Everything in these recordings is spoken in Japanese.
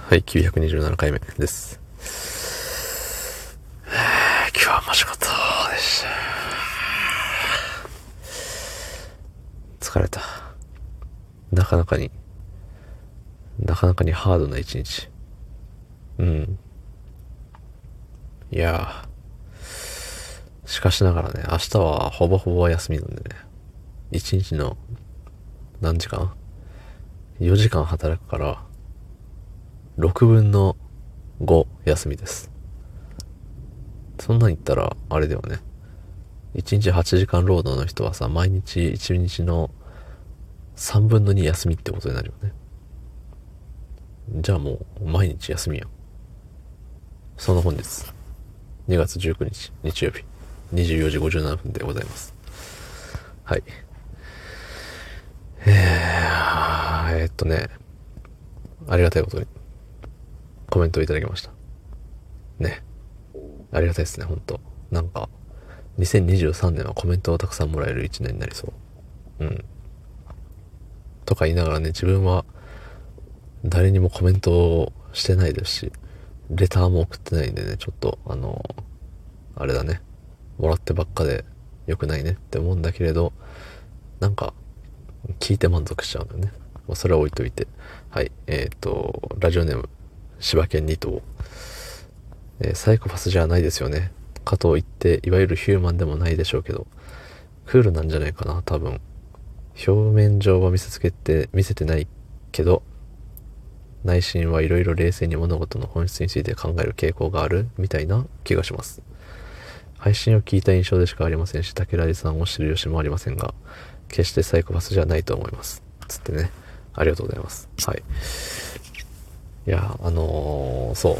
はい、927回目です。今日はも仕事でした。疲れた。なかなかにハードな一日。いやしかしながらね、明日はほぼほぼ休みなんでね、一日の何時間 ?4 時間働くから、6分の5休みです。そんなん言ったら、あれだよね。1日8時間労働の人はさ、毎日1日の3分の2休みってことになるよね。じゃあもう、毎日休みよ。その本日、2月19日、日曜日、24時57分でございます。はい。ありがたいことに、コメントをいただきました。ね。ありがたいですね、ほんと。なんか、2023年はコメントをたくさんもらえる1年になりそう。とか言いながらね、自分は誰にもコメントをしてないですし、レターも送ってないんでね、ちょっと、あれだね。もらってばっかで良くないねって思うんだけれど、なんか、聞いて満足しちゃうんだよね。まあ、それは置いといて。はい。ラジオネーム、柴犬2頭。サイコパスじゃないですよね。かといって、いわゆるヒューマンでもないでしょうけど、クールなんじゃないかな、多分。表面上は見せてないけど、内心はいろいろ冷静に物事の本質について考える傾向があるみたいな気がします。配信を聞いた印象でしかありませんし、竹ラジさんを知る由もありませんが、決してサイコパスじゃないと思います。つってね。ありがとうございます。はい。いや、そう。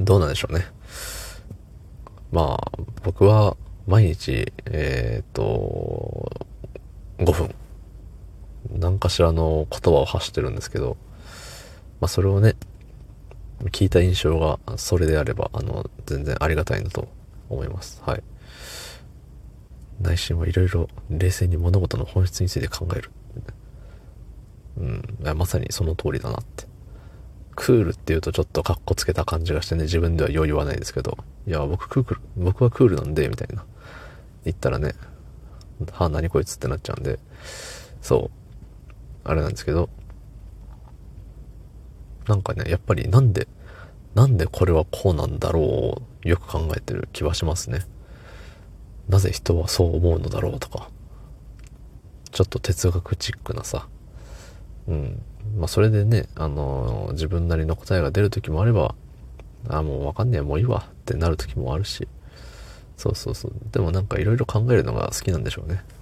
どうなんでしょうね。まあ、僕は毎日、5分、何かしらの言葉を発してるんですけど、まあそれをね、聞いた印象がそれであれば、全然ありがたいなと思います。はい。内心はいろいろ冷静に物事の本質について考える。いやまさにその通りだなって。クールって言うとちょっとカッコつけた感じがしてね、自分ではよう言わないですけど、いや、僕はクールなんで、みたいな。言ったらね、はあ、何こいつってなっちゃうんで、そう、あれなんですけど、なんかね、やっぱりなんでこれはこうなんだろう、よく考えてる気はしますね。なぜ人はそう思うのだろうとか、ちょっと哲学チックなさ、まあそれでね、自分なりの答えが出る時もあれば、もうわかんねえ、もういいわってなる時もあるし、そうそうそう。でもなんかいろいろ考えるのが好きなんでしょうね。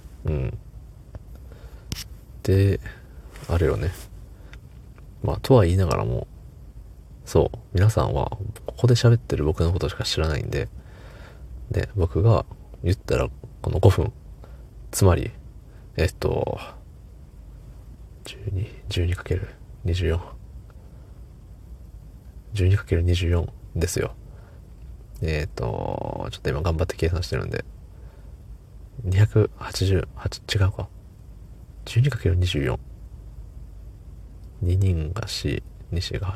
で、あれよね。まあとは言いながらも、そう、皆さんはここで喋ってる僕のことしか知らないんで、で、僕が言ったらこの5分、つまり、12×24、12×24 ですよ。ちょっと今頑張って計算してるんで、288、違うか。12×24。2人が4、2が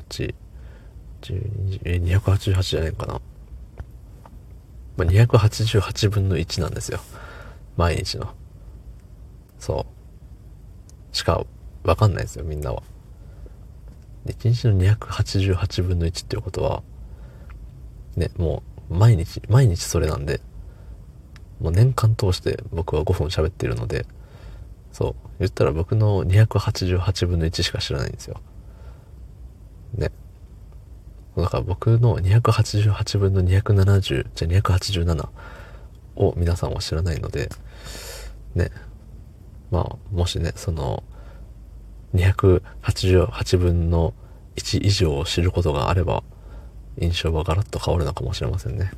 8、12、288じゃないかな。まあ、288分の1なんですよ。毎日の。そう。しかわかんないですよ、みんなは。1日の288分の1っていうことは、ね、もう毎日それなんで、もう年間通して僕は5分喋ってるので、そう。言ったら僕の288分の1しか知らないんですよ。ね。だから僕の288分の270、じゃあ287を皆さんは知らないので、ね。まあ、もしね、その、288分の1以上を知ることがあれば、印象はガラッと変わるのかもしれませんね。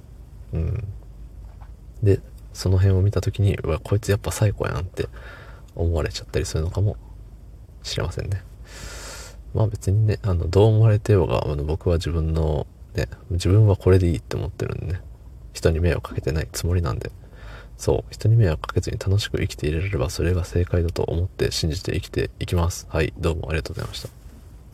で、その辺を見たときに、うわ、こいつやっぱ最高やんって思われちゃったりするのかもしれませんね。まあ別にね、どう思われてようが、僕は自分はこれでいいって思ってるんでね、人に迷惑かけてないつもりなんで、そう、人に迷惑かけずに楽しく生きていられればそれが正解だと思って信じて生きていきます。はい、どうもありがとうございました。